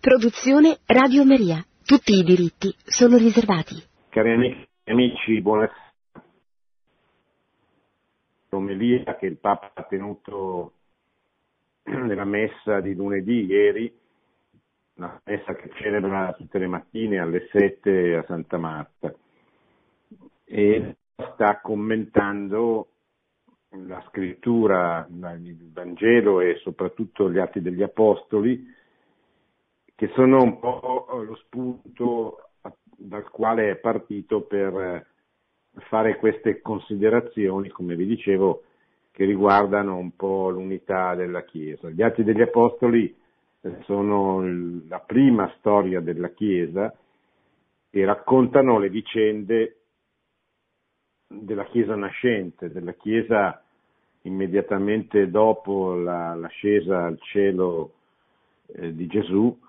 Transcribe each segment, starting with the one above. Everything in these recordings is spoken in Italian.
Produzione Radio Maria. Tutti i diritti sono riservati. Cari amici, buonasera. L'omelia che il Papa ha tenuto nella messa di lunedì, ieri, una messa che celebra tutte le mattine alle 7 a Santa Marta, e sta commentando la scrittura, il Vangelo e soprattutto gli Atti degli Apostoli, che sono un po' lo spunto dal quale è partito per fare queste considerazioni, come vi dicevo, che riguardano un po' l'unità della Chiesa. Gli Atti degli Apostoli sono la prima storia della Chiesa e raccontano le vicende della Chiesa nascente, della Chiesa immediatamente dopo l'ascesa al cielo di Gesù,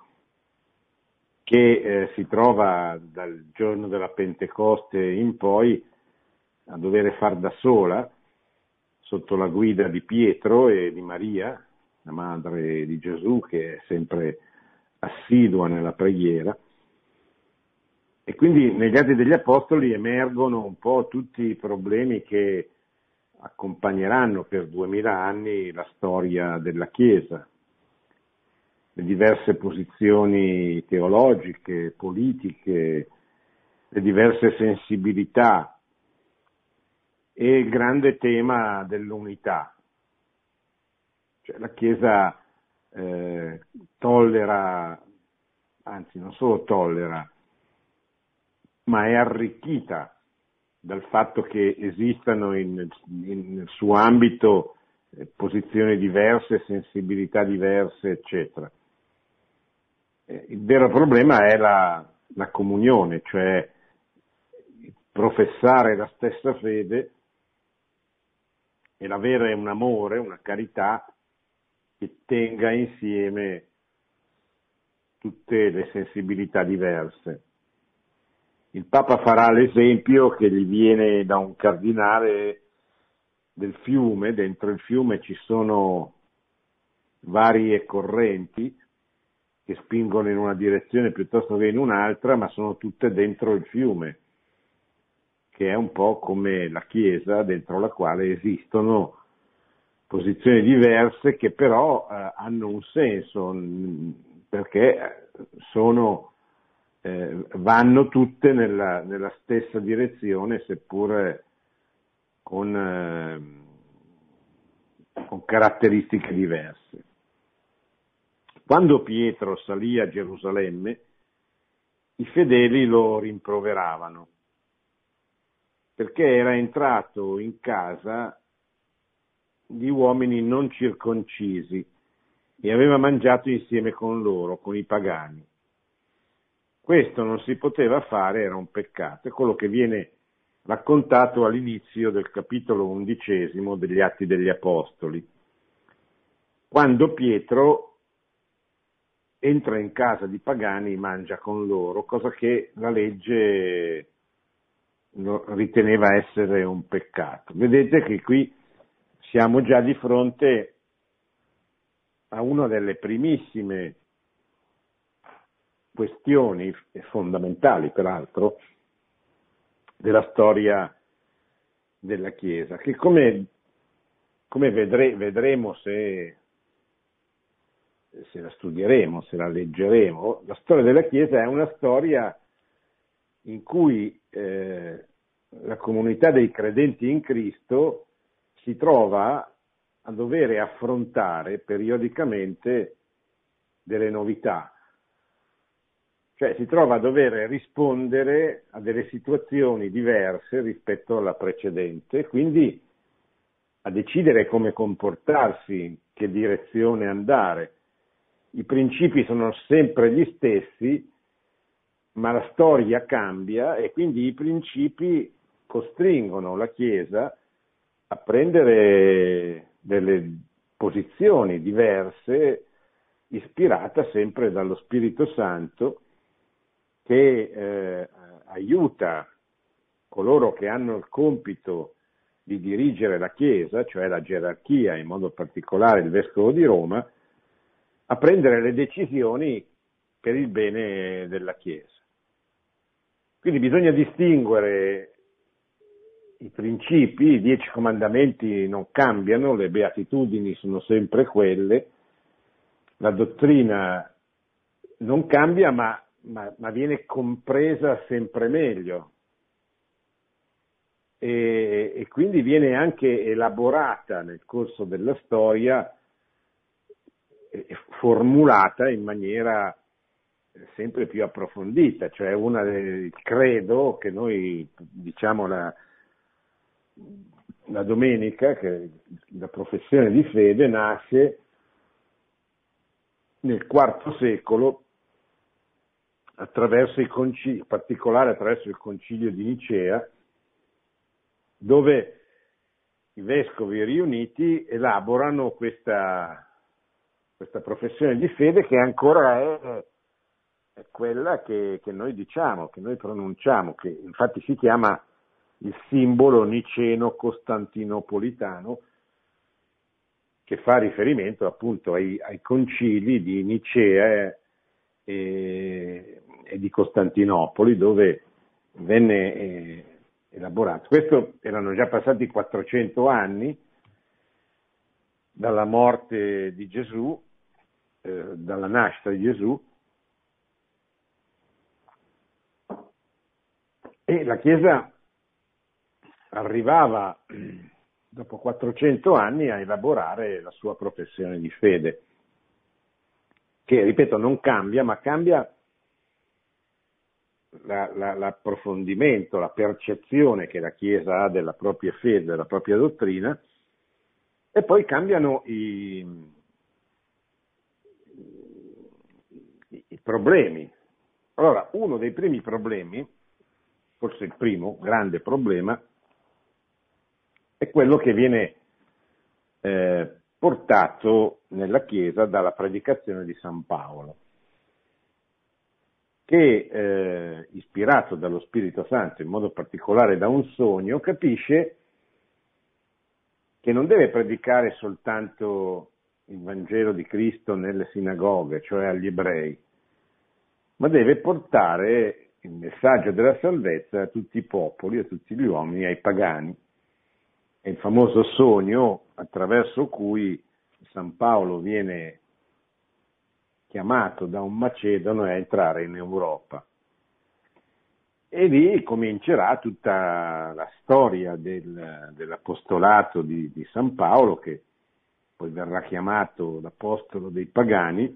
che si trova dal giorno della Pentecoste in poi a dover far da sola, sotto la guida di Pietro e di Maria, la madre di Gesù, che è sempre assidua nella preghiera. E quindi negli Atti degli Apostoli emergono un po' tutti i problemi che accompagneranno per 2000 anni la storia della Chiesa, le diverse posizioni teologiche, politiche, le diverse sensibilità e il grande tema dell'unità. Cioè la Chiesa tollera, anzi non solo tollera, ma è arricchita dal fatto che esistano nel suo ambito posizioni diverse, sensibilità diverse, eccetera. Il vero problema è la comunione, cioè professare la stessa fede e l'avere un amore, una carità che tenga insieme tutte le sensibilità diverse. Il Papa farà l'esempio che gli viene da un cardinale del fiume. Dentro il fiume ci sono varie correnti che spingono in una direzione piuttosto che in un'altra, ma sono tutte dentro il fiume, che è un po' come la Chiesa, dentro la quale esistono posizioni diverse che però hanno un senso, perché vanno tutte nella stessa direzione, seppure con caratteristiche diverse. Quando Pietro salì a Gerusalemme, i fedeli lo rimproveravano, perché era entrato in casa di uomini non circoncisi e aveva mangiato insieme con loro, con i pagani. Questo non si poteva fare, era un peccato, è quello che viene raccontato all'inizio del capitolo 11 degli Atti degli Apostoli, quando Pietro entra in casa di pagani e mangia con loro, cosa che la legge riteneva essere un peccato. Vedete che qui siamo già di fronte a una delle primissime questioni fondamentali, peraltro, della storia della Chiesa, che come vedremo se la studieremo, se la leggeremo, la storia della Chiesa è una storia in cui la comunità dei credenti in Cristo si trova a dover affrontare periodicamente delle novità, cioè si trova a dover rispondere a delle situazioni diverse rispetto alla precedente, quindi a decidere come comportarsi, che direzione andare. I principi sono sempre gli stessi, ma la storia cambia e quindi i principi costringono la Chiesa a prendere delle posizioni diverse, ispirata sempre dallo Spirito Santo, che aiuta coloro che hanno il compito di dirigere la Chiesa, cioè la gerarchia, in modo particolare il Vescovo di Roma, a prendere le decisioni per il bene della Chiesa. Quindi bisogna distinguere i principi, i 10 comandamenti non cambiano, le beatitudini sono sempre quelle, la dottrina non cambia ma viene compresa sempre meglio e quindi viene anche elaborata nel corso della storia, formulata in maniera sempre più approfondita, cioè il credo che noi diciamo la domenica, che la professione di fede nasce nel IV secolo attraverso i concili, in particolare attraverso il concilio di Nicea, dove i vescovi riuniti elaborano questa professione di fede che ancora è quella che noi diciamo, che noi pronunciamo, che infatti si chiama il simbolo niceno-costantinopolitano, che fa riferimento appunto ai concili di Nicea e di Costantinopoli, dove venne elaborato. Questo erano già passati 400 anni dalla morte di Gesù, dalla nascita di Gesù, e la Chiesa arrivava dopo 400 anni a elaborare la sua professione di fede, che, ripeto, non cambia, ma cambia l'approfondimento, la percezione che la Chiesa ha della propria fede, della propria dottrina, e poi cambiano i problemi. Allora, uno dei primi problemi, forse il primo grande problema, è quello che viene portato nella Chiesa dalla predicazione di San Paolo, che ispirato dallo Spirito Santo, in modo particolare da un sogno, capisce che non deve predicare soltanto il Vangelo di Cristo nelle sinagoghe, cioè agli ebrei, ma deve portare il messaggio della salvezza a tutti i popoli, a tutti gli uomini, ai pagani. È il famoso sogno attraverso cui San Paolo viene chiamato da un macedone a entrare in Europa. E lì comincerà tutta la storia dell'apostolato di San Paolo, che poi verrà chiamato l'apostolo dei pagani,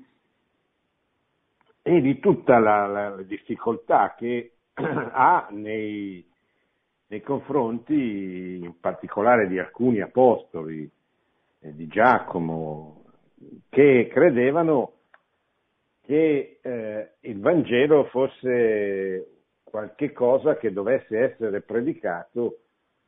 e di tutta la difficoltà che ha nei confronti in particolare di alcuni apostoli, di Giacomo, che credevano che il Vangelo fosse qualche cosa che dovesse essere predicato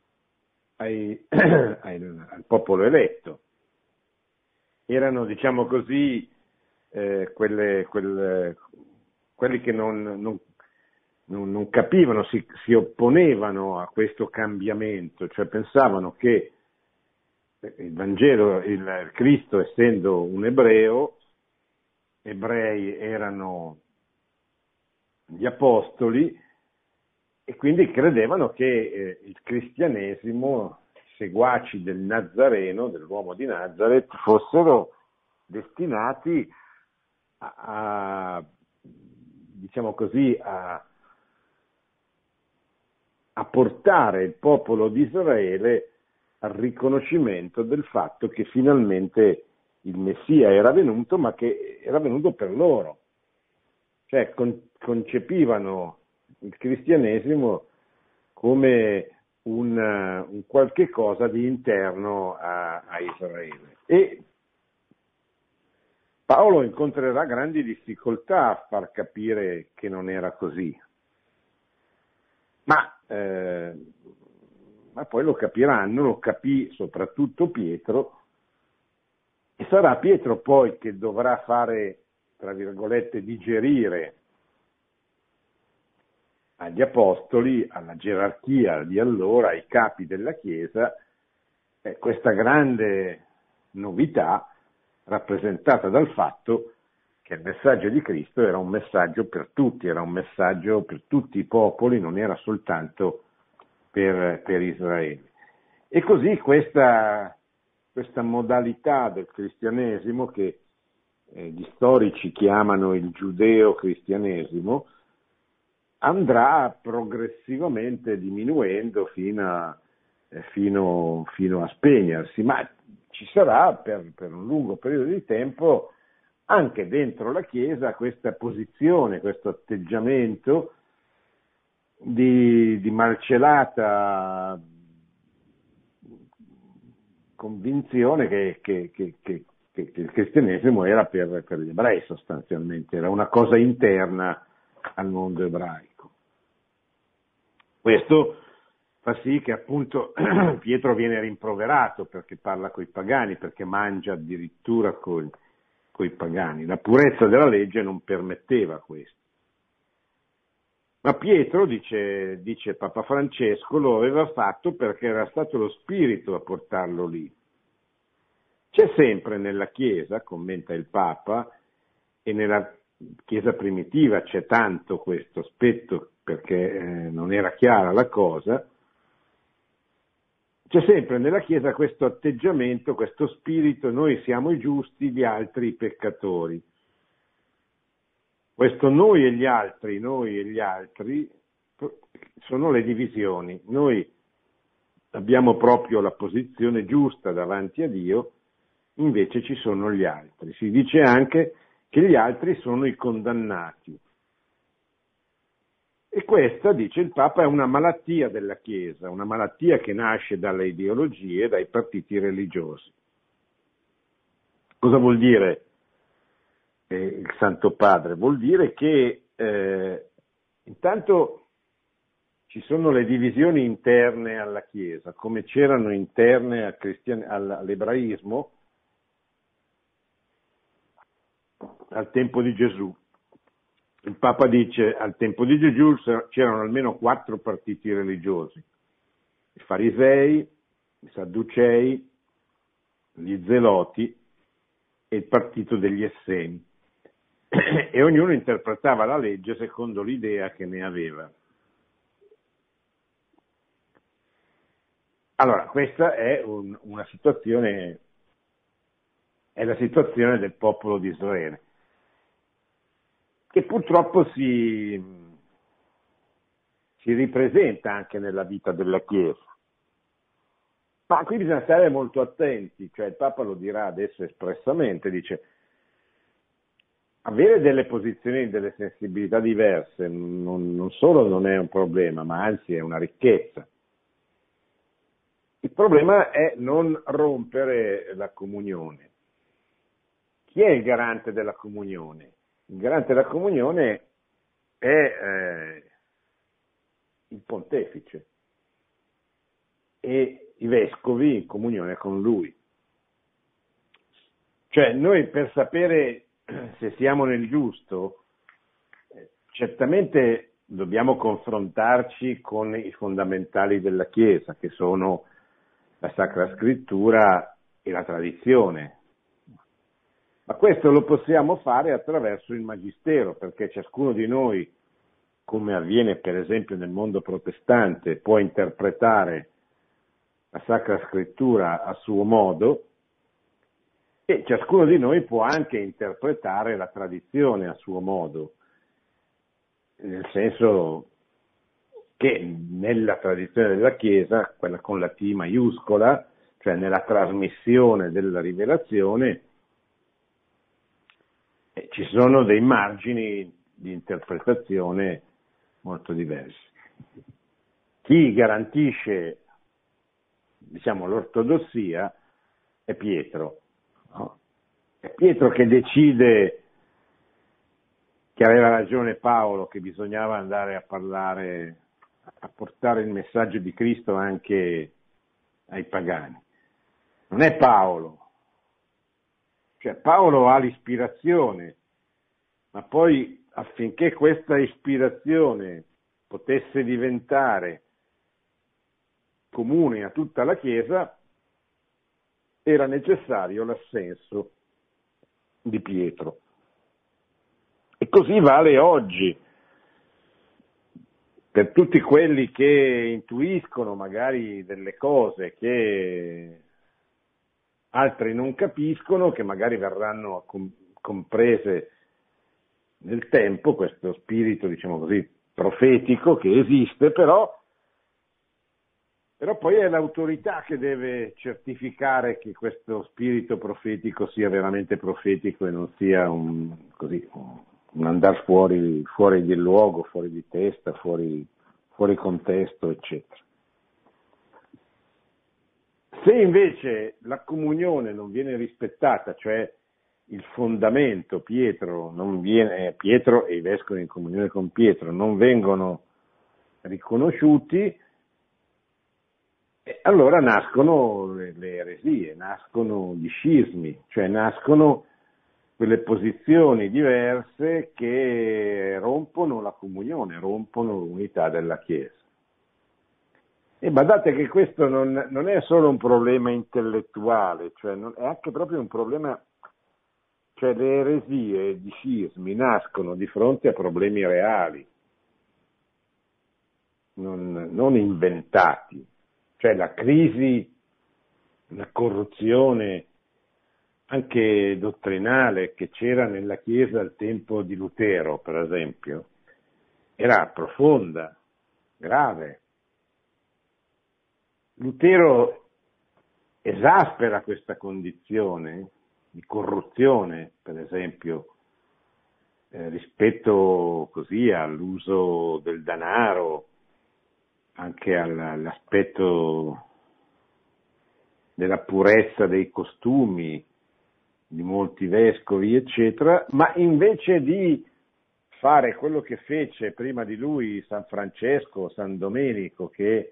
al popolo eletto. Erano, diciamo così, quelli che non capivano, si opponevano a questo cambiamento, cioè pensavano che il Vangelo, il Cristo essendo un ebreo, ebrei erano gli apostoli, e quindi credevano che il cristianesimo, i seguaci del Nazareno, dell'uomo di Nazaret, fossero destinati diciamo così, a portare il popolo di Israele al riconoscimento del fatto che finalmente il Messia era venuto, ma che era venuto per loro. Cioè concepivano il cristianesimo come un qualche cosa di interno a Israele. E Paolo incontrerà grandi difficoltà a far capire che non era così, ma poi lo capiranno, lo capì soprattutto Pietro, e sarà Pietro poi che dovrà fare, tra virgolette, digerire agli apostoli, alla gerarchia di allora, ai capi della Chiesa, questa grande novità rappresentata dal fatto che il messaggio di Cristo era un messaggio per tutti, era un messaggio per tutti i popoli, non era soltanto per Israele. E così questa modalità del cristianesimo, che gli storici chiamano il giudeo-cristianesimo, andrà progressivamente diminuendo fino a spegnersi, ma ci sarà per un lungo periodo di tempo anche dentro la Chiesa questa posizione, questo atteggiamento di malcelata convinzione che il cristianesimo era per gli ebrei sostanzialmente, era una cosa interna al mondo ebraico. Questo fa sì che appunto Pietro viene rimproverato perché parla coi pagani, perché mangia addirittura coi pagani. La purezza della legge non permetteva questo. Ma Pietro, dice Papa Francesco, lo aveva fatto perché era stato lo Spirito a portarlo lì. C'è sempre nella Chiesa, commenta il Papa, e nella Chiesa primitiva c'è tanto questo aspetto perché non era chiara la cosa, c'è sempre nella Chiesa questo atteggiamento, questo spirito, noi siamo i giusti, gli altri i peccatori. Questo noi e gli altri sono le divisioni. Noi abbiamo proprio la posizione giusta davanti a Dio, invece ci sono gli altri. Si dice anche che gli altri sono i condannati. E questa, dice il Papa, è una malattia della Chiesa, una malattia che nasce dalle ideologie, dai partiti religiosi. Cosa vuol dire il Santo Padre? Vuol dire che intanto ci sono le divisioni interne alla Chiesa, come c'erano interne all'ebraismo al tempo di Gesù. Il Papa dice al tempo di Gesù c'erano almeno 4 partiti religiosi: i farisei, i sadducei, gli zeloti e il partito degli esseni. E ognuno interpretava la legge secondo l'idea che ne aveva. Allora, questa è una situazione, è la situazione del popolo di Israele, che purtroppo si ripresenta anche nella vita della Chiesa. Ma qui bisogna stare molto attenti, cioè il Papa lo dirà adesso espressamente, dice: avere delle posizioni, delle sensibilità diverse non solo non è un problema, ma anzi è una ricchezza. Il problema è non rompere la comunione. Chi è il garante della comunione? Il garante della comunione è il pontefice e i vescovi in comunione con lui. Cioè noi, per sapere se siamo nel giusto, certamente dobbiamo confrontarci con i fondamentali della Chiesa, che sono la Sacra Scrittura e la tradizione. Ma questo lo possiamo fare attraverso il Magistero, perché ciascuno di noi, come avviene per esempio nel mondo protestante, può interpretare la Sacra Scrittura a suo modo, e ciascuno di noi può anche interpretare la tradizione a suo modo, nel senso che nella tradizione della Chiesa, quella con la T maiuscola, cioè nella trasmissione della rivelazione, ci sono dei margini di interpretazione molto diversi. Chi garantisce, diciamo, l'ortodossia è Pietro. No? È Pietro che decide che aveva ragione Paolo, che bisognava andare a parlare, a portare il messaggio di Cristo anche ai pagani. Non è Paolo. Cioè Paolo ha l'ispirazione, ma poi affinché questa ispirazione potesse diventare comune a tutta la Chiesa, era necessario l'assenso di Pietro. E così vale oggi. Per tutti quelli che intuiscono magari delle cose che altri non capiscono, che magari verranno comprese nel tempo, questo spirito, diciamo così, profetico che esiste, però poi è l'autorità che deve certificare che questo spirito profetico sia veramente profetico e non sia un andare fuori di luogo, fuori di testa, fuori contesto, eccetera. Se invece la comunione non viene rispettata, cioè il fondamento, Pietro e i vescovi in comunione con Pietro non vengono riconosciuti, allora nascono le eresie, nascono gli scismi, cioè nascono quelle posizioni diverse che rompono la comunione, rompono l'unità della Chiesa. E badate che questo non è solo un problema intellettuale, cioè è anche proprio un problema, cioè le eresie, gli scismi nascono di fronte a problemi reali, non inventati. Cioè la crisi, la corruzione anche dottrinale che c'era nella Chiesa al tempo di Lutero, per esempio, era profonda, grave. Lutero esaspera questa condizione di corruzione, per esempio, rispetto così all'uso del denaro, anche all'aspetto della purezza dei costumi di molti vescovi, eccetera, ma invece di fare quello che fece prima di lui San Francesco, San Domenico, che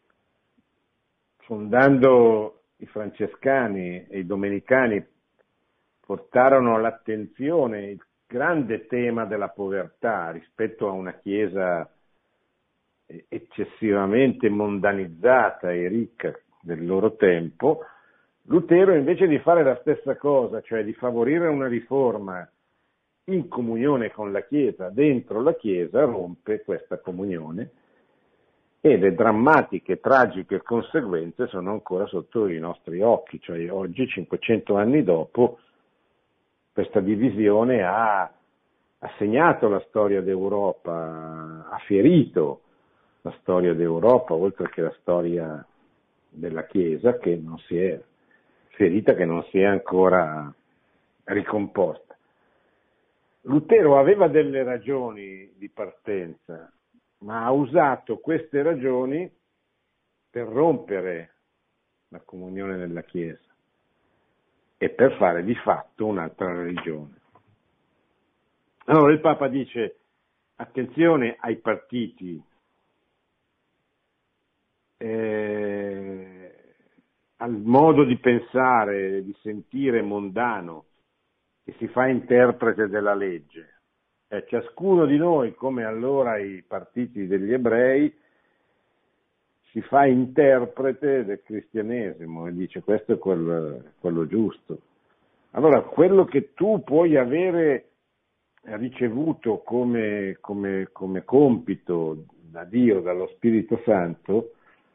fondando i francescani e i domenicani portarono all'attenzione il grande tema della povertà rispetto a una Chiesa eccessivamente mondanizzata e ricca del loro tempo, Lutero invece di fare la stessa cosa, cioè di favorire una riforma in comunione con la Chiesa, dentro la Chiesa, rompe questa comunione e le drammatiche, tragiche conseguenze sono ancora sotto i nostri occhi, cioè oggi, 500 anni dopo, questa divisione ha segnato la storia d'Europa, ha ferito la storia d'Europa, oltre che la storia della Chiesa, che non si è ferita, che non si è ancora ricomposta. Lutero aveva delle ragioni di partenza, ma ha usato queste ragioni per rompere la comunione della Chiesa e per fare di fatto un'altra religione. Allora il Papa dice: attenzione ai partiti, al modo di pensare, di sentire mondano che si fa interprete della legge. Ciascuno di noi, come allora i partiti degli ebrei, si fa interprete del cristianesimo e dice questo è quello giusto. Allora quello che tu puoi avere ricevuto come compito da Dio, dallo Spirito Santo,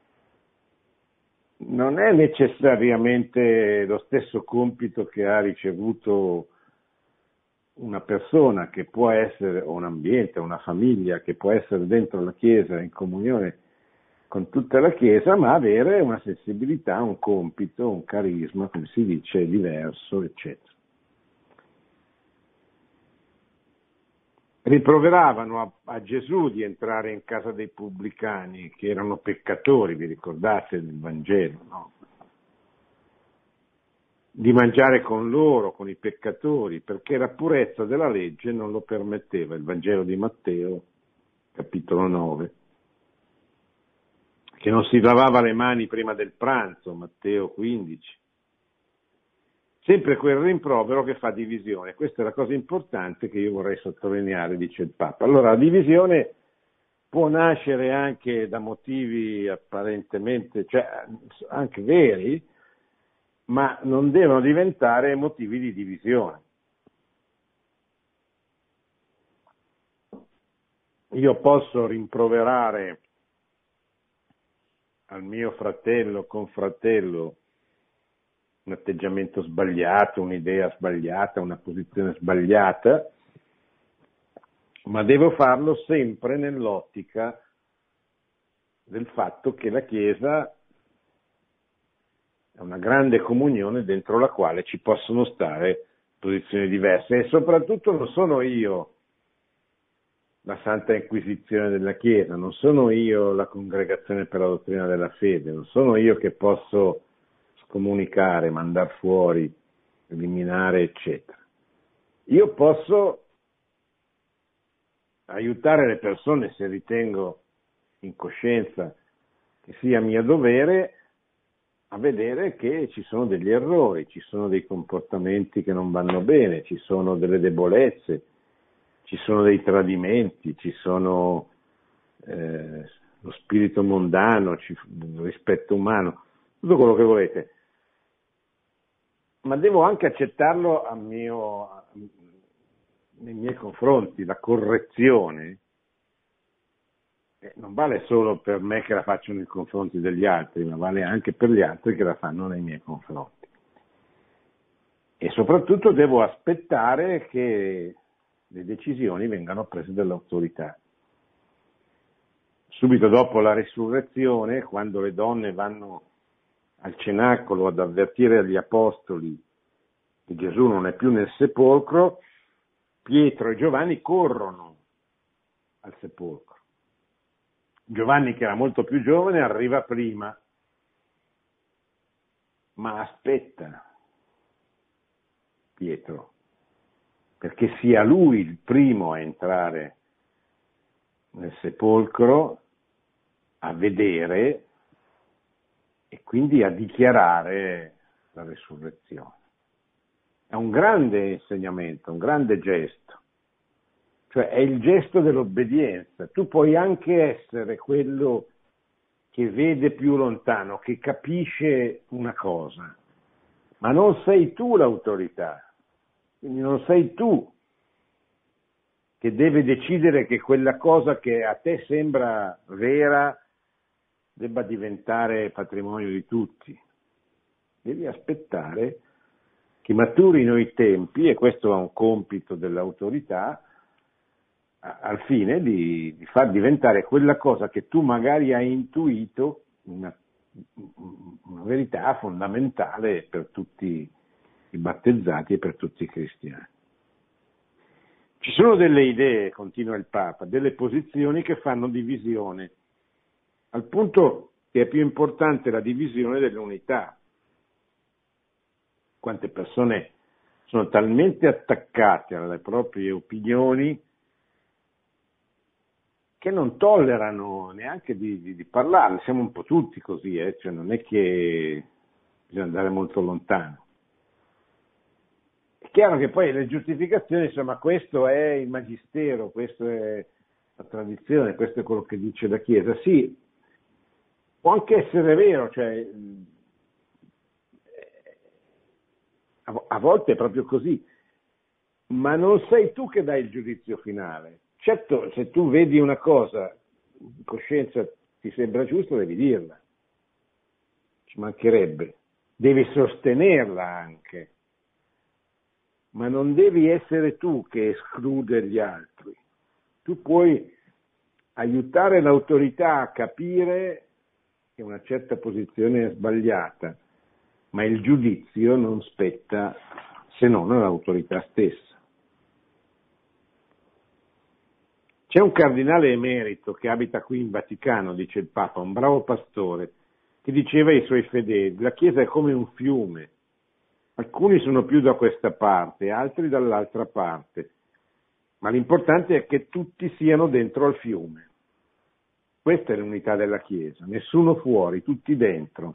non è necessariamente lo stesso compito che ha ricevuto una persona che può essere, o un ambiente, una famiglia che può essere dentro la Chiesa in comunione con tutta la Chiesa, ma avere una sensibilità, un compito, un carisma, come si dice, diverso, eccetera. Rimproveravano a Gesù di entrare in casa dei pubblicani, che erano peccatori, vi ricordate del Vangelo, no? Di mangiare con loro, con i peccatori, perché la purezza della legge non lo permetteva. Il Vangelo di Matteo, capitolo 9, che non si lavava le mani prima del pranzo, Matteo 15. Sempre quel rimprovero che fa divisione. Questa è la cosa importante che io vorrei sottolineare, dice il Papa. Allora, la divisione può nascere anche da motivi apparentemente, cioè anche veri, ma non devono diventare motivi di divisione. io posso rimproverare al mio fratello, confratello, un atteggiamento sbagliato, un'idea sbagliata, una posizione sbagliata, ma devo farlo sempre nell'ottica del fatto che la Chiesa è una grande comunione dentro la quale ci possono stare posizioni diverse, e soprattutto non sono io la Santa Inquisizione della Chiesa, non sono io la Congregazione per la Dottrina della Fede, non sono io che posso scomunicare, mandar fuori, eliminare, eccetera. Io posso aiutare le persone, se ritengo in coscienza che sia mio dovere, a vedere che ci sono degli errori, ci sono dei comportamenti che non vanno bene, ci sono delle debolezze, ci sono dei tradimenti, ci sono lo spirito mondano, il rispetto umano, tutto quello che volete. Ma devo anche accettarlo nei miei confronti, la correzione non vale solo per me che la faccio nei confronti degli altri, ma vale anche per gli altri che la fanno nei miei confronti. E soprattutto devo aspettare che le decisioni vengano prese dall'autorità. Subito dopo la risurrezione, quando le donne vanno al cenacolo ad avvertire agli apostoli che Gesù non è più nel sepolcro, Pietro e Giovanni corrono al sepolcro. Giovanni, che era molto più giovane, arriva prima, ma aspetta Pietro, perché sia lui il primo a entrare nel sepolcro, a vedere e quindi a dichiarare la resurrezione. È un grande insegnamento, un grande gesto. Cioè è il gesto dell'obbedienza. Tu puoi anche essere quello che vede più lontano, che capisce una cosa, ma non sei tu l'autorità, quindi non sei tu che deve decidere che quella cosa che a te sembra vera debba diventare patrimonio di tutti. Devi aspettare che maturino i tempi, e questo è un compito dell'autorità, al fine di far diventare quella cosa che tu magari hai intuito una verità fondamentale per tutti i battezzati e per tutti i cristiani. Ci sono delle idee, continua il Papa, delle posizioni che fanno divisione, al punto che è più importante la divisione dell'unità. Quante persone sono talmente attaccate alle proprie opinioni che non tollerano neanche di parlarne. Siamo un po' tutti così, cioè non è che bisogna andare molto lontano. È chiaro che poi le giustificazioni, insomma, questo è il magistero, questo è la tradizione, questo è quello che dice la Chiesa. Sì, può anche essere vero, cioè a volte è proprio così, ma non sei tu che dai il giudizio finale. Certo, se tu vedi una cosa, in coscienza ti sembra giusto, devi dirla, ci mancherebbe, devi sostenerla anche, ma non devi essere tu che esclude gli altri. Tu puoi aiutare l'autorità a capire che una certa posizione è sbagliata, ma il giudizio non spetta se non all'autorità stessa. C'è un cardinale emerito che abita qui in Vaticano, dice il Papa, un bravo pastore, che diceva ai suoi fedeli: la Chiesa è come un fiume, alcuni sono più da questa parte, altri dall'altra parte, ma l'importante è che tutti siano dentro al fiume. Questa è l'unità della Chiesa, nessuno fuori, tutti dentro.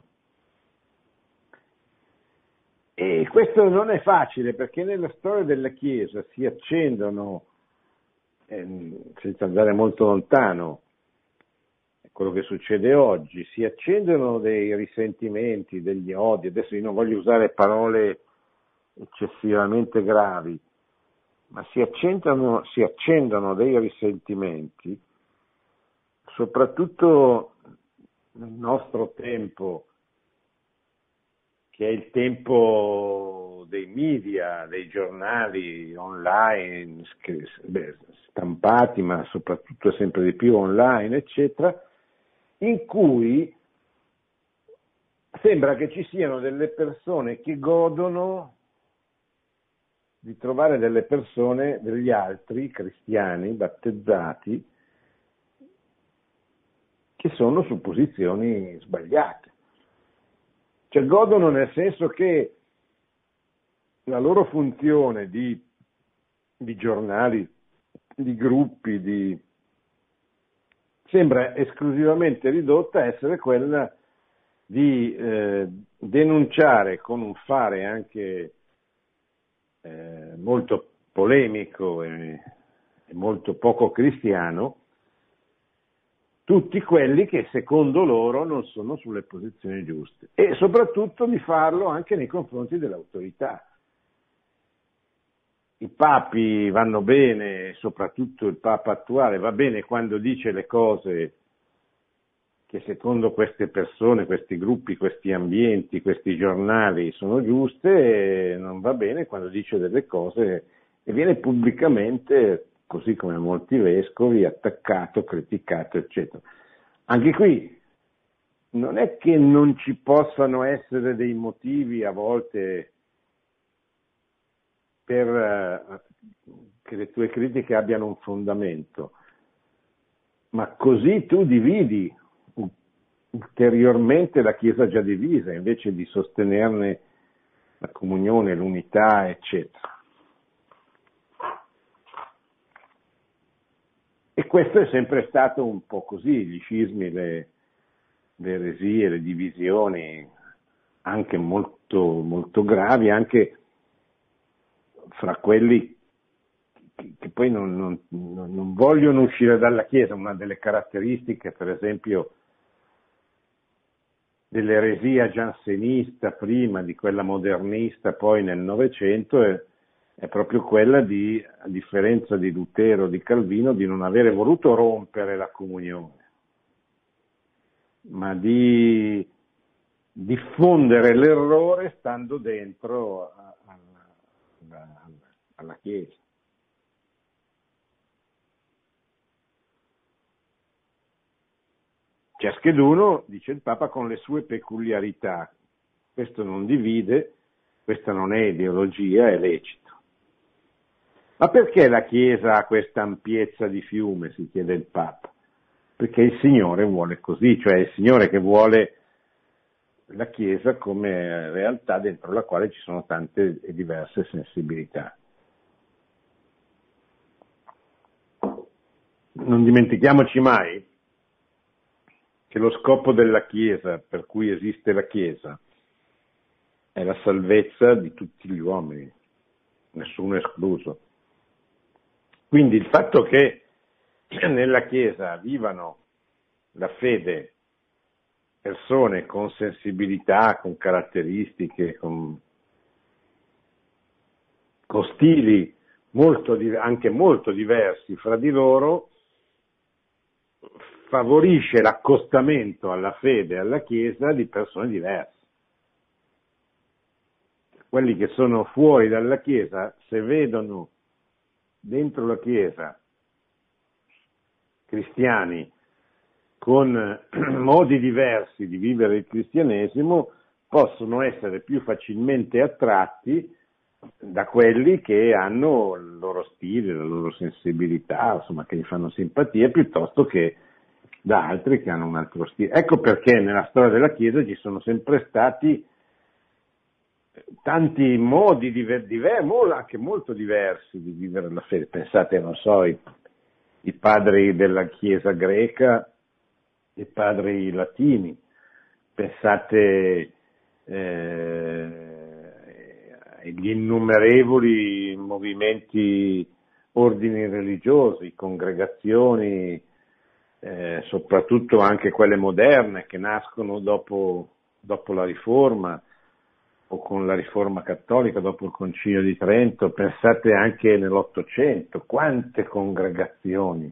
E questo non è facile, perché nella storia della Chiesa si accendono, senza andare molto lontano, quello che succede oggi, si accendono dei risentimenti, degli odi. Adesso io non voglio usare parole eccessivamente gravi, ma si accendono dei risentimenti, soprattutto nel nostro tempo, che è il tempo dei media, dei giornali online, stampati, ma soprattutto sempre di più online, eccetera, in cui sembra che ci siano delle persone che godono di trovare delle persone, degli altri cristiani battezzati, che sono su posizioni sbagliate. Cioè godono nel senso che la loro funzione di giornali, di gruppi, sembra esclusivamente ridotta a essere quella di denunciare con un fare anche molto polemico e molto poco cristiano tutti quelli che secondo loro non sono sulle posizioni giuste, e soprattutto di farlo anche nei confronti dell'autorità. I papi vanno bene, soprattutto il Papa attuale va bene quando dice le cose che secondo queste persone, questi gruppi, questi ambienti, questi giornali sono giuste, e non va bene quando dice delle cose e viene pubblicamente, così come molti vescovi, attaccato, criticato, eccetera. Anche qui non è che non ci possano essere dei motivi a volte per che le tue critiche abbiano un fondamento, ma così tu dividi ulteriormente la Chiesa già divisa, invece di sostenerne la comunione, l'unità, eccetera. E questo è sempre stato un po' così, gli scismi, le eresie, le divisioni, anche molto, molto gravi, anche fra quelli che poi non vogliono uscire dalla Chiesa. Una delle caratteristiche, per esempio, dell'eresia giansenista prima, di quella modernista poi nel Novecento, è proprio quella di, a differenza di Lutero, di Calvino, di non avere voluto rompere la comunione, ma di diffondere l'errore stando dentro alla Chiesa. Ciascheduno, dice il Papa, con le sue peculiarità. Questo non divide, questa non è ideologia, è lecito. Ma perché la Chiesa ha questa ampiezza di fiume, si chiede il Papa? Perché il Signore vuole così, cioè è il Signore che vuole la Chiesa come realtà dentro la quale ci sono tante e diverse sensibilità. Non dimentichiamoci mai che lo scopo della Chiesa, per cui esiste la Chiesa, è la salvezza di tutti gli uomini, nessuno escluso. Quindi il fatto che nella Chiesa vivano la fede persone con sensibilità, con caratteristiche, con stili anche molto diversi fra di loro, favorisce l'accostamento alla fede e alla Chiesa di persone diverse. Quelli che sono fuori dalla Chiesa, se vedono dentro la Chiesa cristiani con modi diversi di vivere il cristianesimo, possono essere più facilmente attratti da quelli che hanno il loro stile, la loro sensibilità, insomma, che gli fanno simpatia, piuttosto che da altri che hanno un altro stile. Ecco perché nella storia della Chiesa ci sono sempre stati tanti modi anche molto diversi di vivere la fede. Pensate, non so, i padri della Chiesa greca, i padri latini, pensate agli innumerevoli movimenti, ordini religiosi, congregazioni, soprattutto anche quelle moderne che nascono dopo la Riforma, o con la Riforma Cattolica dopo il Concilio di Trento, pensate anche nell'Ottocento, quante congregazioni,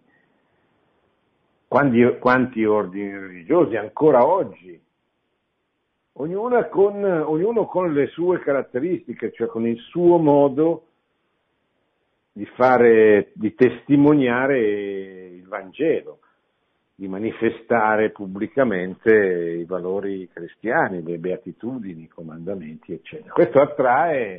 quanti ordini religiosi ancora oggi, ognuno con le sue caratteristiche, cioè con il suo modo di testimoniare il Vangelo, di manifestare pubblicamente i valori cristiani, le beatitudini, i comandamenti, eccetera. Questo attrae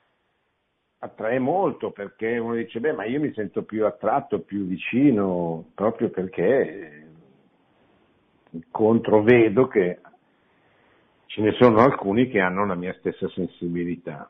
molto, perché uno dice, ma io mi sento più attratto, più vicino, proprio perché incontro, vedo che ce ne sono alcuni che hanno la mia stessa sensibilità.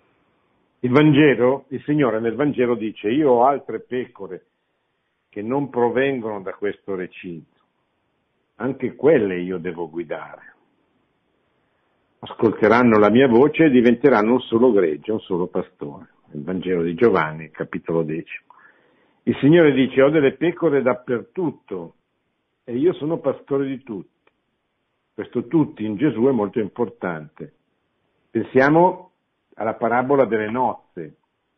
Il Signore nel Vangelo dice, io ho altre pecore che non provengono da questo recinto, anche quelle io devo guidare. Ascolteranno la mia voce e diventeranno un solo gregge, un solo pastore. Il Vangelo di Giovanni, capitolo 10. Il Signore dice, ho delle pecore dappertutto e io sono pastore di tutti. Questo tutti in Gesù è molto importante. Pensiamo alla parabola delle nozze,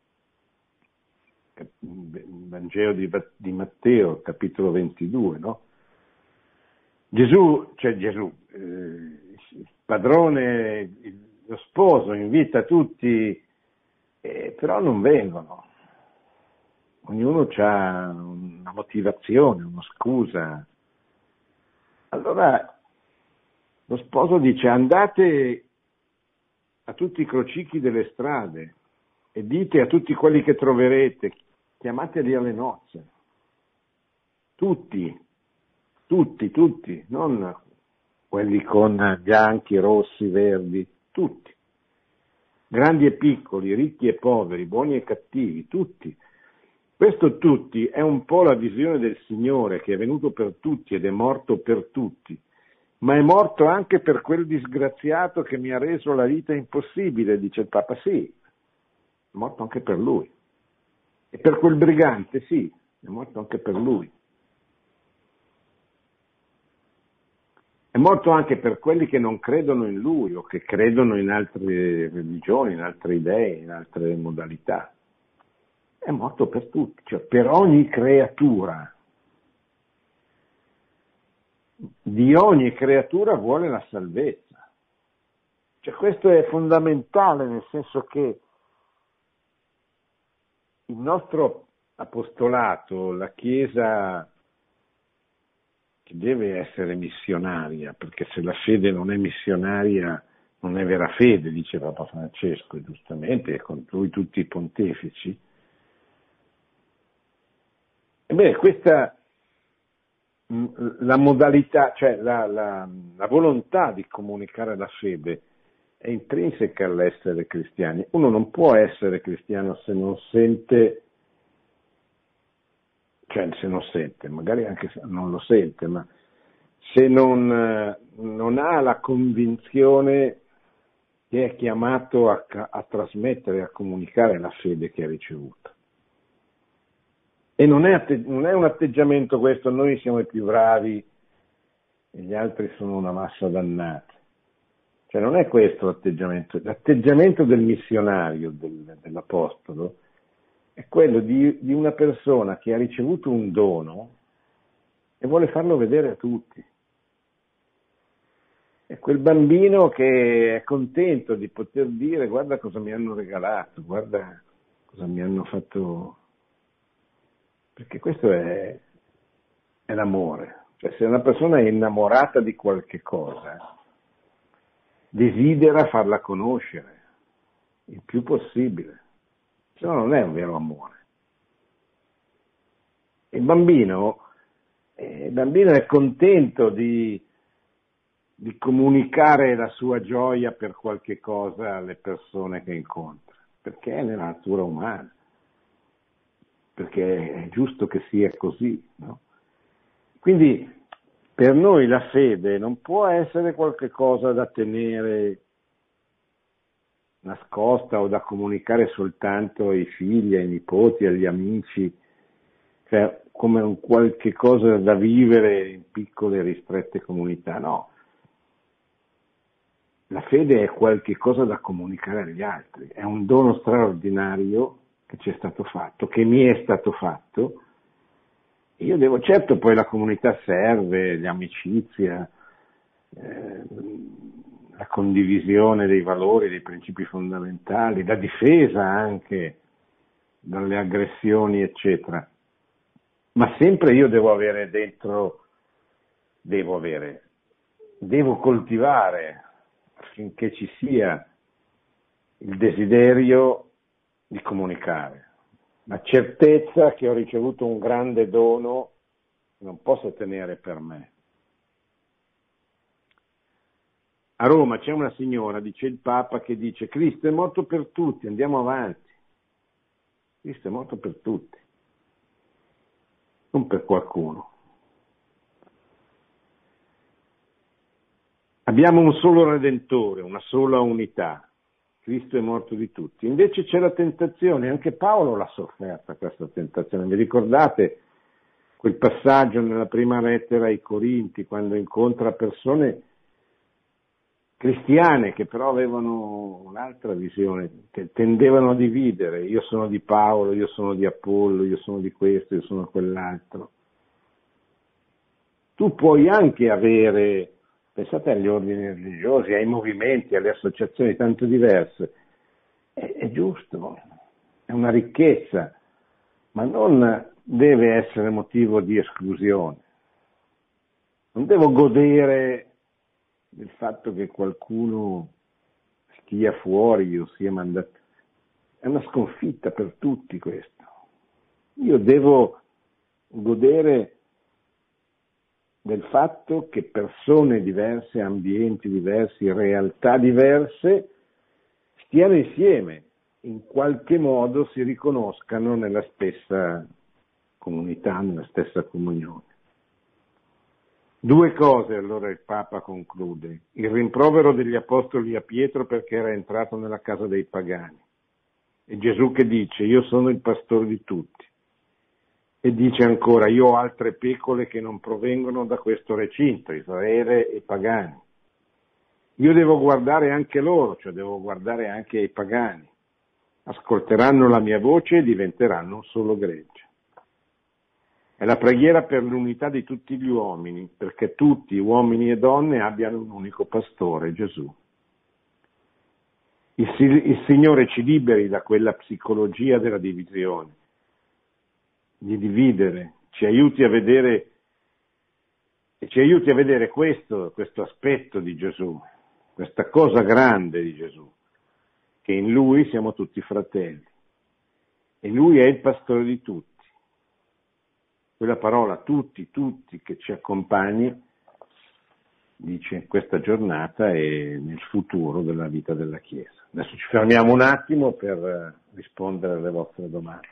il Vangelo di Matteo, capitolo 22, no? Gesù, il padrone, lo sposo invita tutti, però non vengono. Ognuno ha una motivazione, una scusa. Allora lo sposo dice, andate a tutti i crocicchi delle strade e dite a tutti quelli che troverete, chiamateli alle nozze. Tutti, non quelli con bianchi, rossi, verdi, tutti. Grandi e piccoli, ricchi e poveri, buoni e cattivi, tutti. Questo tutti è un po' la visione del Signore che è venuto per tutti ed è morto per tutti, ma è morto anche per quel disgraziato che mi ha reso la vita impossibile, dice il Papa, sì, è morto anche per lui. E per quel brigante, sì, è morto anche per lui. È morto anche per quelli che non credono in lui o che credono in altre religioni, in altre idee, in altre modalità. È morto per tutti, cioè per ogni creatura. Di ogni creatura vuole la salvezza. Cioè questo è fondamentale, nel senso che il nostro apostolato, la Chiesa che deve essere missionaria, perché se la fede non è missionaria non è vera fede, dice Papa Francesco, giustamente, e con lui tutti i pontefici. Ebbene, questa, la modalità, cioè la volontà di comunicare la fede è intrinseca all'essere cristiani. Uno non può essere cristiano se non sente, magari anche se non lo sente, ma se non ha la convinzione che è chiamato a trasmettere, a comunicare la fede che ha ricevuto. E non è un atteggiamento questo, noi siamo i più bravi e gli altri sono una massa dannata. Cioè non è questo l'atteggiamento del missionario, dell'apostolo, è quello di una persona che ha ricevuto un dono e vuole farlo vedere a tutti. È quel bambino che è contento di poter dire guarda cosa mi hanno regalato, guarda cosa mi hanno fatto, perché questo è l'amore. Cioè se una persona è innamorata di qualche cosa, desidera farla conoscere il più possibile, se no non è un vero amore. Il bambino è contento di comunicare la sua gioia per qualche cosa alle persone che incontra, perché è nella natura umana, perché è giusto che sia così, no? Quindi per noi la fede non può essere qualche cosa da tenere nascosta o da comunicare soltanto ai figli, ai nipoti, agli amici, cioè come un qualche cosa da vivere in piccole ristrette comunità, no. La fede è qualche cosa da comunicare agli altri, è un dono straordinario che ci è stato fatto, che mi è stato fatto. Io devo, certo, poi la comunità serve, l'amicizia, la condivisione dei valori, dei principi fondamentali, la difesa anche dalle aggressioni, eccetera. Ma sempre io devo avere dentro, devo coltivare affinché ci sia il desiderio di comunicare, la certezza che ho ricevuto un grande dono che non posso tenere per me. A Roma c'è una signora, dice il Papa, che dice: Cristo è morto per tutti, andiamo avanti. Cristo è morto per tutti, non per qualcuno. Abbiamo un solo Redentore, una sola unità. Cristo è morto di tutti. Invece c'è la tentazione, anche Paolo l'ha sofferta questa tentazione. Vi ricordate quel passaggio nella prima lettera ai Corinti, quando incontra persone cristiane che però avevano un'altra visione, che tendevano a dividere: io sono di Paolo, io sono di Apollo, io sono di questo, io sono quell'altro. Tu puoi anche avere, pensate agli ordini religiosi, ai movimenti, alle associazioni tanto diverse, è giusto, è una ricchezza, ma non deve essere motivo di esclusione. Non devo godere del fatto che qualcuno stia fuori o sia mandato. È una sconfitta per tutti questo. Io devo godere del fatto che persone diverse, ambienti diversi, realtà diverse stiano insieme, in qualche modo si riconoscano nella stessa comunità, nella stessa comunione. Due cose allora il Papa conclude: il rimprovero degli apostoli a Pietro perché era entrato nella casa dei pagani, e Gesù che dice: io sono il pastore di tutti, e dice ancora: io ho altre pecore che non provengono da questo recinto, Israele e pagani. Io devo guardare anche loro, cioè devo guardare anche ai pagani. Ascolteranno la mia voce e diventeranno un solo gregge. È la preghiera per l'unità di tutti gli uomini, perché tutti, uomini e donne, abbiano un unico pastore, Gesù. Il Signore ci liberi da quella psicologia della divisione, di dividere, ci aiuti a vedere questo aspetto di Gesù, questa cosa grande di Gesù, che in Lui siamo tutti fratelli, e Lui è il pastore di tutti. Quella parola tutti che ci accompagni, dice, questa giornata e nel futuro della vita della Chiesa. Adesso ci fermiamo un attimo per rispondere alle vostre domande.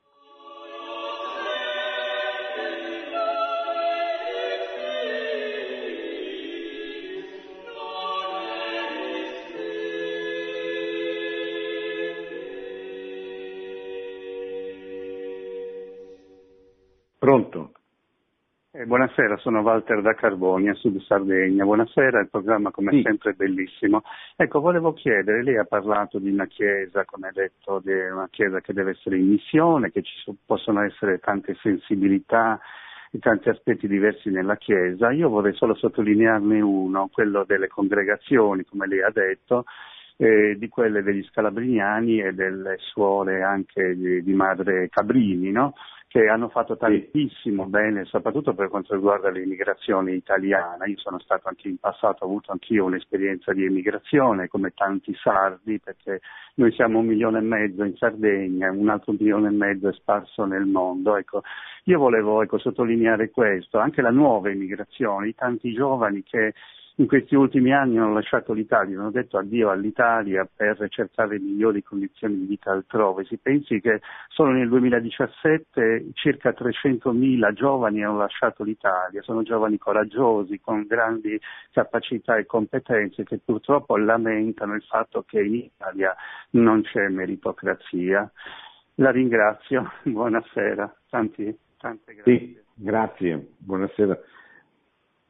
Pronto? Buonasera, sono Walter da Carbonia, Sud Sardegna. Buonasera, il programma come sempre è bellissimo. Ecco, volevo chiedere, lei ha parlato di una chiesa, come ha detto, di una chiesa che deve essere in missione, che possono essere tante sensibilità e tanti aspetti diversi nella chiesa. Io vorrei solo sottolinearne uno, quello delle congregazioni, come lei ha detto, di quelle degli scalabriniani e delle suore anche di Madre Cabrini, no? Che hanno fatto tantissimo bene, soprattutto per quanto riguarda l'immigrazione italiana. Io sono stato anche in passato, ho avuto anch'io un'esperienza di emigrazione, come tanti sardi, perché noi siamo 1,5 milioni in Sardegna, un altro 1,5 milioni è sparso nel mondo. Ecco, io volevo sottolineare questo, anche la nuova immigrazione, i tanti giovani che in questi ultimi anni hanno lasciato l'Italia, hanno detto addio all'Italia per cercare migliori condizioni di vita altrove. Si pensi che solo nel 2017 circa 300.000 giovani hanno lasciato l'Italia, sono giovani coraggiosi, con grandi capacità e competenze, che purtroppo lamentano il fatto che in Italia non c'è meritocrazia. La ringrazio, buonasera, tante grazie. Sì, grazie, buonasera.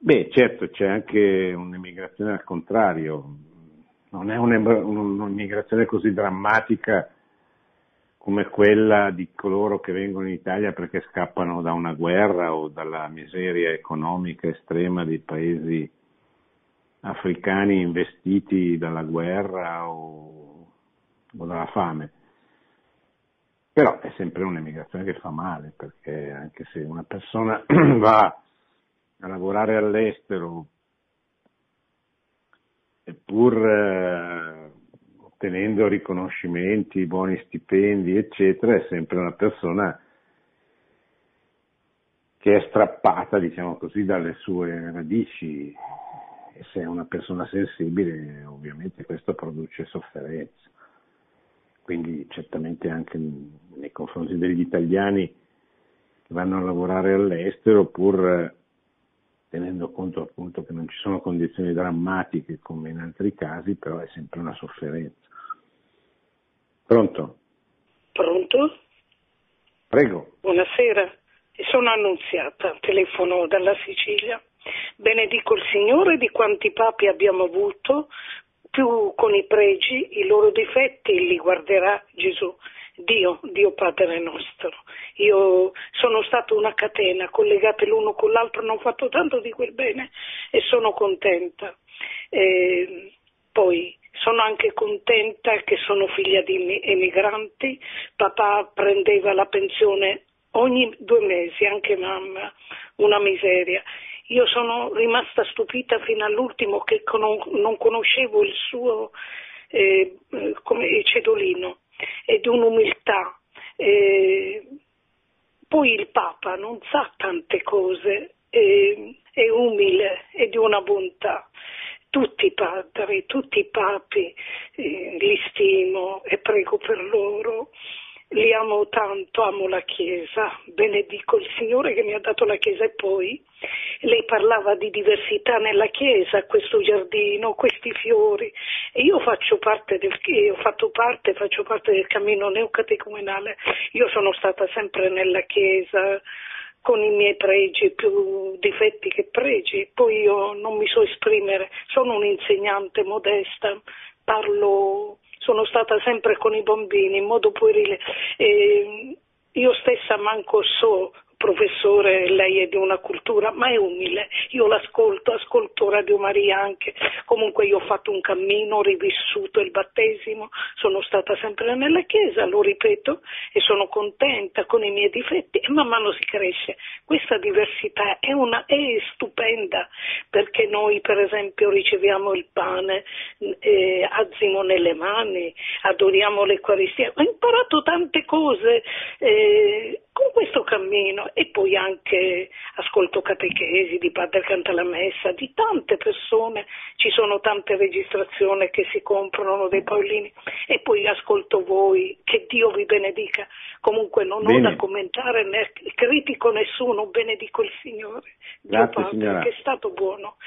Beh, certo, c'è anche un'emigrazione al contrario, non è un'immigrazione così drammatica come quella di coloro che vengono in Italia perché scappano da una guerra o dalla miseria economica estrema dei paesi africani investiti dalla guerra o dalla fame. Però è sempre un'emigrazione che fa male, perché anche se una persona va a lavorare all'estero e pur ottenendo riconoscimenti, buoni stipendi, eccetera, è sempre una persona che è strappata, diciamo così, dalle sue radici, e se è una persona sensibile ovviamente questo produce sofferenza. Quindi certamente anche nei confronti degli italiani che vanno a lavorare all'estero, pur tenendo conto appunto che non ci sono condizioni drammatiche come in altri casi, però è sempre una sofferenza. Pronto? Pronto? Prego. Buonasera, sono Annunziata, telefono dalla Sicilia. Benedico il Signore di quanti papi abbiamo avuto, più con i pregi, i loro difetti li guarderà Gesù. Dio Padre nostro. Io sono stata una catena, collegate l'uno con l'altro, non ho fatto tanto di quel bene e sono contenta. Poi sono anche contenta che sono figlia di emigranti, papà prendeva la pensione ogni 2 mesi, anche mamma, una miseria. Io sono rimasta stupita fino all'ultimo che non conoscevo il suo come cedolino, e di un'umiltà. Poi il Papa non sa tante cose, è umile e di una bontà. Tutti i padri, tutti i papi li stimo e prego per loro. Li amo tanto, amo la Chiesa, benedico il Signore che mi ha dato la Chiesa. E poi lei parlava di diversità nella Chiesa, questo giardino, questi fiori, e io faccio parte faccio parte del cammino neocatecumenale. Io sono stata sempre nella Chiesa con i miei pregi, più difetti che pregi. Poi io non mi so esprimere, sono un'insegnante modesta, sono stata sempre con i bambini in modo puerile. Io stessa manco so, professore, lei è di una cultura, ma è umile. Io ascolto Radio Maria anche. Comunque io ho fatto un cammino, ho rivissuto il battesimo, sono stata sempre nella Chiesa, lo ripeto, e sono contenta con i miei difetti e man mano si cresce. Questa diversità è stupenda, perché noi per esempio riceviamo il pane, azzimo nelle mani, adoriamo l'Eucaristia. Ho imparato tante cose con questo cammino, e poi anche ascolto catechesi di Padre Canta la Messa, di tante persone, ci sono tante registrazioni che si comprano dei Paolini, e poi ascolto voi, che Dio vi benedica. Comunque non ho da commentare né critico nessuno, benedico il Signore. Grazie, Padre, signora. che è stato buono.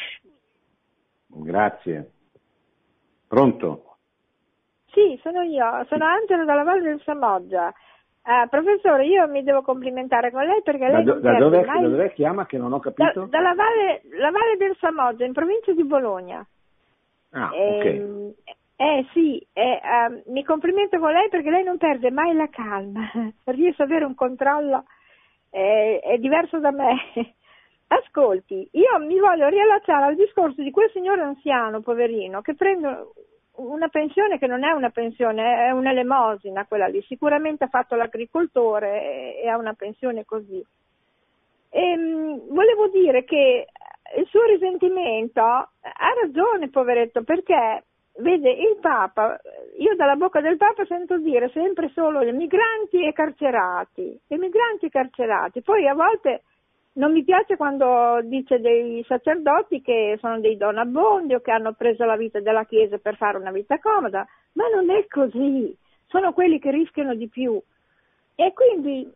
Grazie. Pronto? Sì, sono io, sono Angela dalla Valle del Samoggia. Professore, io mi devo complimentare con lei perché lei da dove chiama, che non ho capito? Dalla la Valle del Samoggia, in provincia di Bologna. Ah, ok. Sì, mi complimento con lei perché lei non perde mai la calma, riesce ad avere un controllo, è diverso da me. Ascolti, io mi voglio riallacciare al discorso di quel signore anziano, poverino, che prende una pensione che non è una pensione, è un'elemosina quella lì. Sicuramente ha fatto l'agricoltore e ha una pensione così. Volevo dire che il suo risentimento ha ragione, poveretto, perché vede il Papa, io dalla bocca del Papa sento dire sempre solo emigranti e carcerati, poi a volte non mi piace quando dice dei sacerdoti che sono dei donabondi o che hanno preso la vita della Chiesa per fare una vita comoda, ma non è così, sono quelli che rischiano di più. E quindi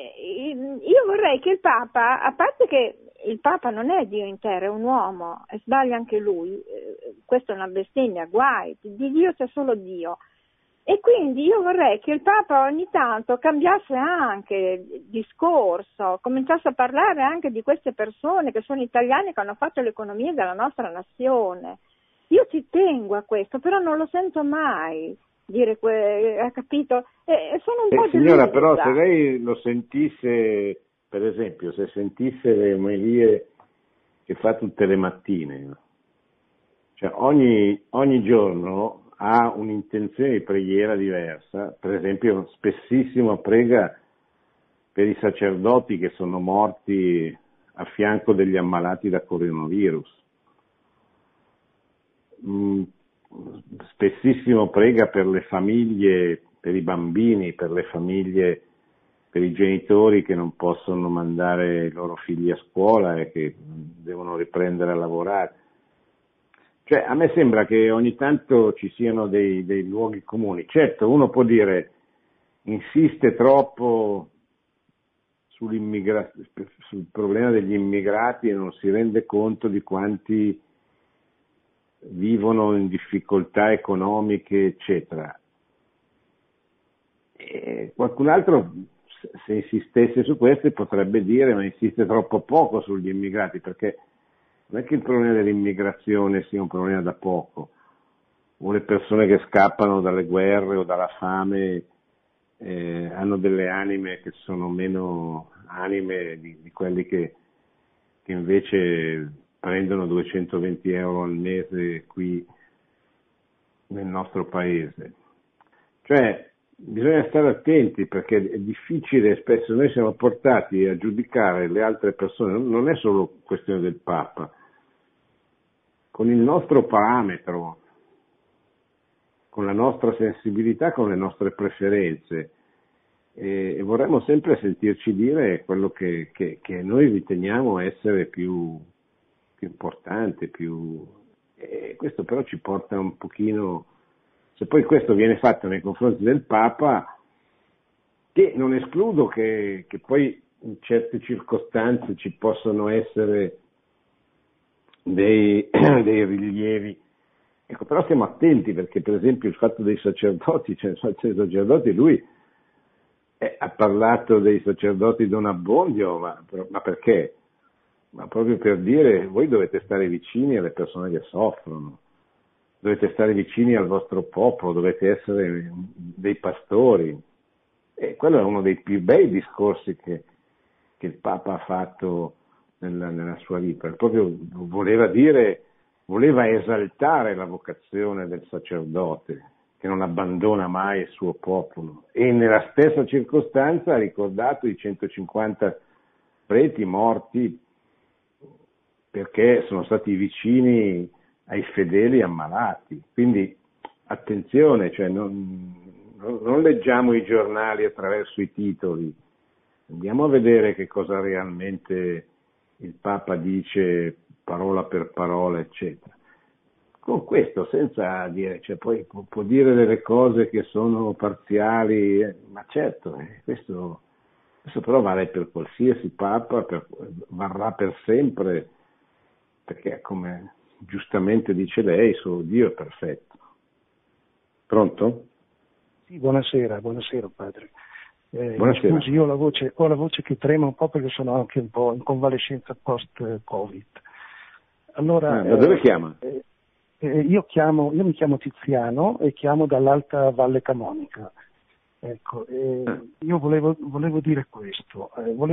io vorrei che il Papa, a parte che il Papa non è Dio intero, è un uomo, e sbaglia anche lui, questa è una bestemmia, guai, di Dio c'è solo Dio. E quindi io vorrei che il Papa ogni tanto cambiasse anche discorso, cominciasse a parlare anche di queste persone che sono italiane, che hanno fatto l'economia della nostra nazione. Io ci tengo a questo, però non lo sento mai dire, ha capito? Sono un po' signora, delusa. però se lei lo sentisse, per esempio, se sentisse le omelie che fa tutte le mattine, cioè ogni giorno ha un'intenzione di preghiera diversa, per esempio spessissimo prega per i sacerdoti che sono morti a fianco degli ammalati da coronavirus, spessissimo prega per le famiglie, per i bambini, per le famiglie, per i genitori che non possono mandare i loro figli a scuola e che devono riprendere a lavorare. Cioè, a me sembra che ogni tanto ci siano dei luoghi comuni. Certo, uno può dire, insiste troppo sul problema degli immigrati e non si rende conto di quanti vivono in difficoltà economiche, eccetera. E qualcun altro, se insistesse su questo, potrebbe dire, ma insiste troppo poco sugli immigrati, perché non è che il problema dell'immigrazione sia un problema da poco, o le persone che scappano dalle guerre o dalla fame hanno delle anime che sono meno anime di quelli che invece prendono 220 euro al mese qui nel nostro paese. Cioè, bisogna stare attenti, perché è difficile, spesso noi siamo portati a giudicare le altre persone, non è solo questione del Papa, con il nostro parametro, con la nostra sensibilità, con le nostre preferenze, e vorremmo sempre sentirci dire quello che noi riteniamo essere più importante, e questo però ci porta un pochino, se poi questo viene fatto nei confronti del Papa, che non escludo che poi in certe circostanze ci possono essere dei rilievi. Ecco, però stiamo attenti, perché per esempio il fatto dei sacerdoti, lui ha parlato dei sacerdoti Don Abbondio, ma perché? Ma proprio per dire, voi dovete stare vicini alle persone che soffrono, dovete stare vicini al vostro popolo, dovete essere dei pastori. E quello è uno dei più bei discorsi che il Papa ha fatto nella sua vita. Proprio voleva esaltare la vocazione del sacerdote, che non abbandona mai il suo popolo. E nella stessa circostanza ha ricordato i 150 preti morti perché sono stati vicini ai fedeli ammalati. Quindi attenzione, cioè non leggiamo i giornali attraverso i titoli, andiamo a vedere che cosa realmente il Papa dice parola per parola, eccetera. Con questo, senza dire, cioè poi può dire delle cose che sono parziali, ma certo, questo però vale per qualsiasi Papa, varrà per sempre, perché come giustamente dice lei, solo Dio è perfetto. Pronto? Sì, buonasera padre. Buonasera. Scusi, io ho la voce che trema un po' perché sono anche un po' in convalescenza post-Covid. Allora, da dove chiama? Io mi chiamo Tiziano e chiamo dall'Alta Valle Camonica. Ecco, io volevo dire questo.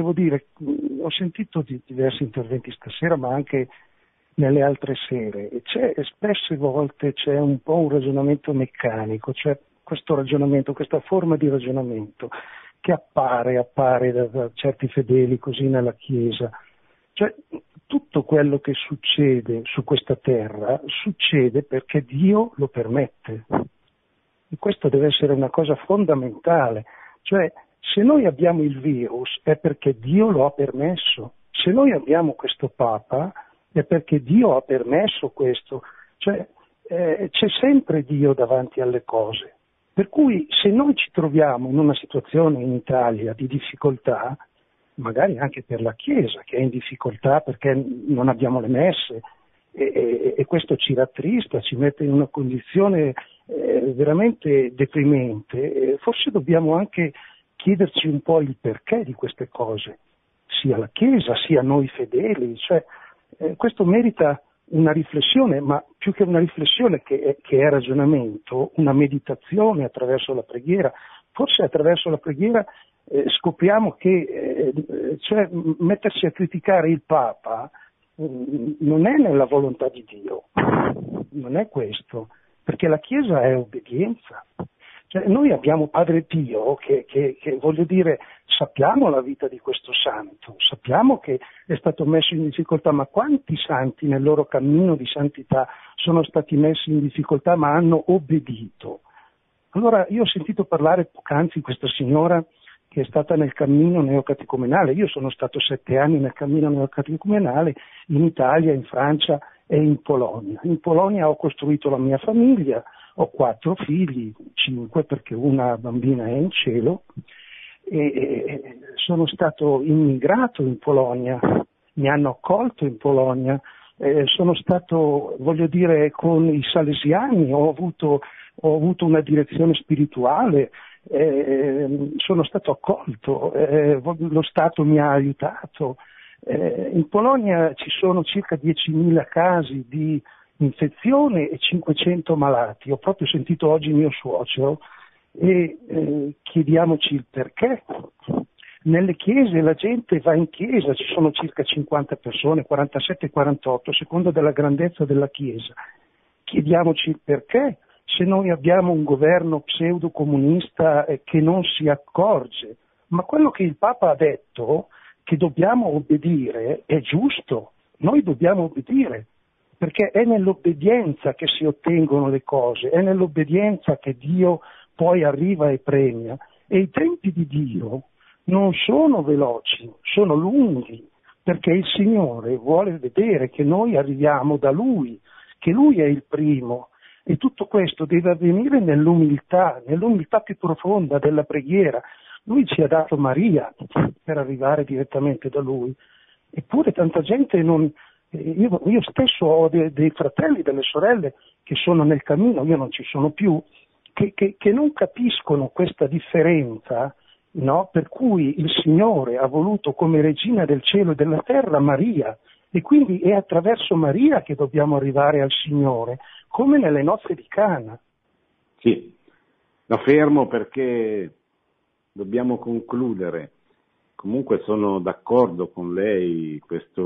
Ho sentito di diversi interventi stasera, ma anche nelle altre sere, e spesse volte c'è un po' un ragionamento meccanico, cioè questo ragionamento, questa forma di ragionamento che appare da certi fedeli così nella Chiesa. Cioè, tutto quello che succede su questa terra succede perché Dio lo permette. E questo deve essere una cosa fondamentale. Cioè, se noi abbiamo il virus è perché Dio lo ha permesso. Se noi abbiamo questo Papa è perché Dio ha permesso questo. Cioè, c'è sempre Dio davanti alle cose. Per cui se noi ci troviamo in una situazione in Italia di difficoltà, magari anche per la Chiesa che è in difficoltà perché non abbiamo le messe e questo ci rattrista, ci mette in una condizione veramente deprimente. Forse dobbiamo anche chiederci un po' il perché di queste cose, sia la Chiesa sia noi fedeli, cioè questo merita una riflessione, ma più che una riflessione che è ragionamento, una meditazione attraverso la preghiera. Forse attraverso la preghiera scopriamo che cioè, mettersi a criticare il Papa non è nella volontà di Dio, non è questo, perché la Chiesa è obbedienza. Cioè, noi abbiamo Padre Pio che voglio dire, sappiamo la vita di questo santo, sappiamo che è stato messo in difficoltà, ma quanti santi nel loro cammino di santità sono stati messi in difficoltà ma hanno obbedito? Allora io ho sentito parlare poc'anzi questa signora che è stata nel cammino neocatecumenale. Io sono stato 7 anni nel cammino neocatecumenale in Italia, in Francia e in Polonia. In Polonia ho costruito la mia famiglia, ho 4 figli, 5 perché una bambina è in cielo, e sono stato immigrato in Polonia, mi hanno accolto in Polonia, sono stato, voglio dire, con i salesiani, ho avuto una direzione spirituale, sono stato accolto, lo Stato mi ha aiutato. In Polonia ci sono circa 10.000 casi di infezione e 500 malati. Ho proprio sentito oggi mio suocero e chiediamoci il perché. Nelle chiese la gente va in chiesa, ci sono circa 50 persone, 47-48, a seconda della grandezza della chiesa. Chiediamoci il perché, se noi abbiamo un governo pseudo-comunista che non si accorge. Ma quello che il Papa ha detto, che dobbiamo obbedire, è giusto, noi dobbiamo obbedire, perché è nell'obbedienza che si ottengono le cose, è nell'obbedienza che Dio poi arriva e premia. E i tempi di Dio non sono veloci, sono lunghi, perché il Signore vuole vedere che noi arriviamo da Lui, che Lui è il primo, e tutto questo deve avvenire nell'umiltà più profonda della preghiera. Lui ci ha dato Maria per arrivare direttamente da Lui, eppure tanta gente non... Io stesso ho dei fratelli, delle sorelle che sono nel cammino, io non ci sono più, che non capiscono questa differenza, no? Per cui il Signore ha voluto come regina del cielo e della terra Maria, e quindi è attraverso Maria che dobbiamo arrivare al Signore, come nelle nozze di Cana. Sì, la fermo perché dobbiamo concludere. Comunque sono d'accordo con lei,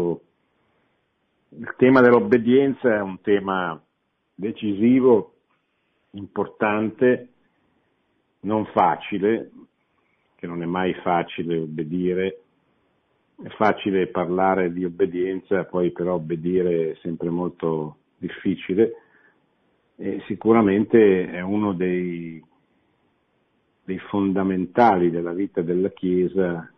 il tema dell'obbedienza è un tema decisivo, importante, non facile, che non è mai facile obbedire, è facile parlare di obbedienza, poi però obbedire è sempre molto difficile, e sicuramente è uno dei fondamentali della vita della Chiesa,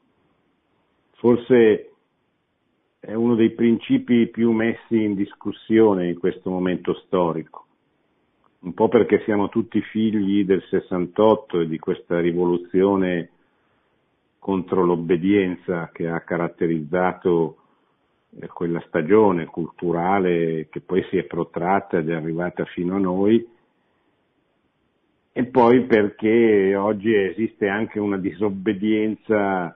forse è uno dei principi più messi in discussione in questo momento storico, un po' perché siamo tutti figli del 68 e di questa rivoluzione contro l'obbedienza che ha caratterizzato quella stagione culturale che poi si è protratta ed è arrivata fino a noi, e poi perché oggi esiste anche una disobbedienza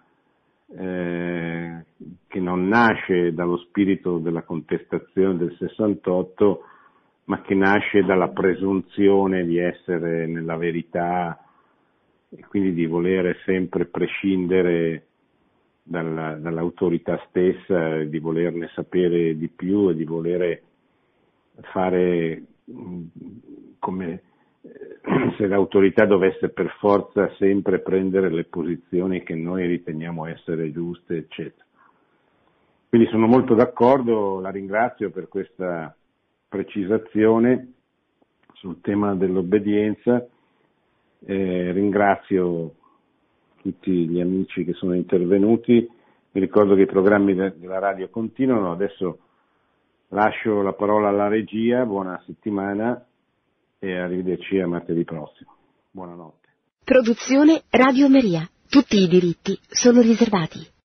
che non nasce dallo spirito della contestazione del 68, ma che nasce dalla presunzione di essere nella verità e quindi di volere sempre prescindere dall'autorità stessa, di volerne sapere di più e di volere fare come se l'autorità dovesse per forza sempre prendere le posizioni che noi riteniamo essere giuste, eccetera. Quindi sono molto d'accordo, la ringrazio per questa precisazione sul tema dell'obbedienza, ringrazio tutti gli amici che sono intervenuti, mi ricordo che i programmi della radio continuano, adesso lascio la parola alla regia, buona settimana e arrivederci a martedì prossimo. Buonanotte. Produzione Radio Maria. Tutti i diritti sono riservati.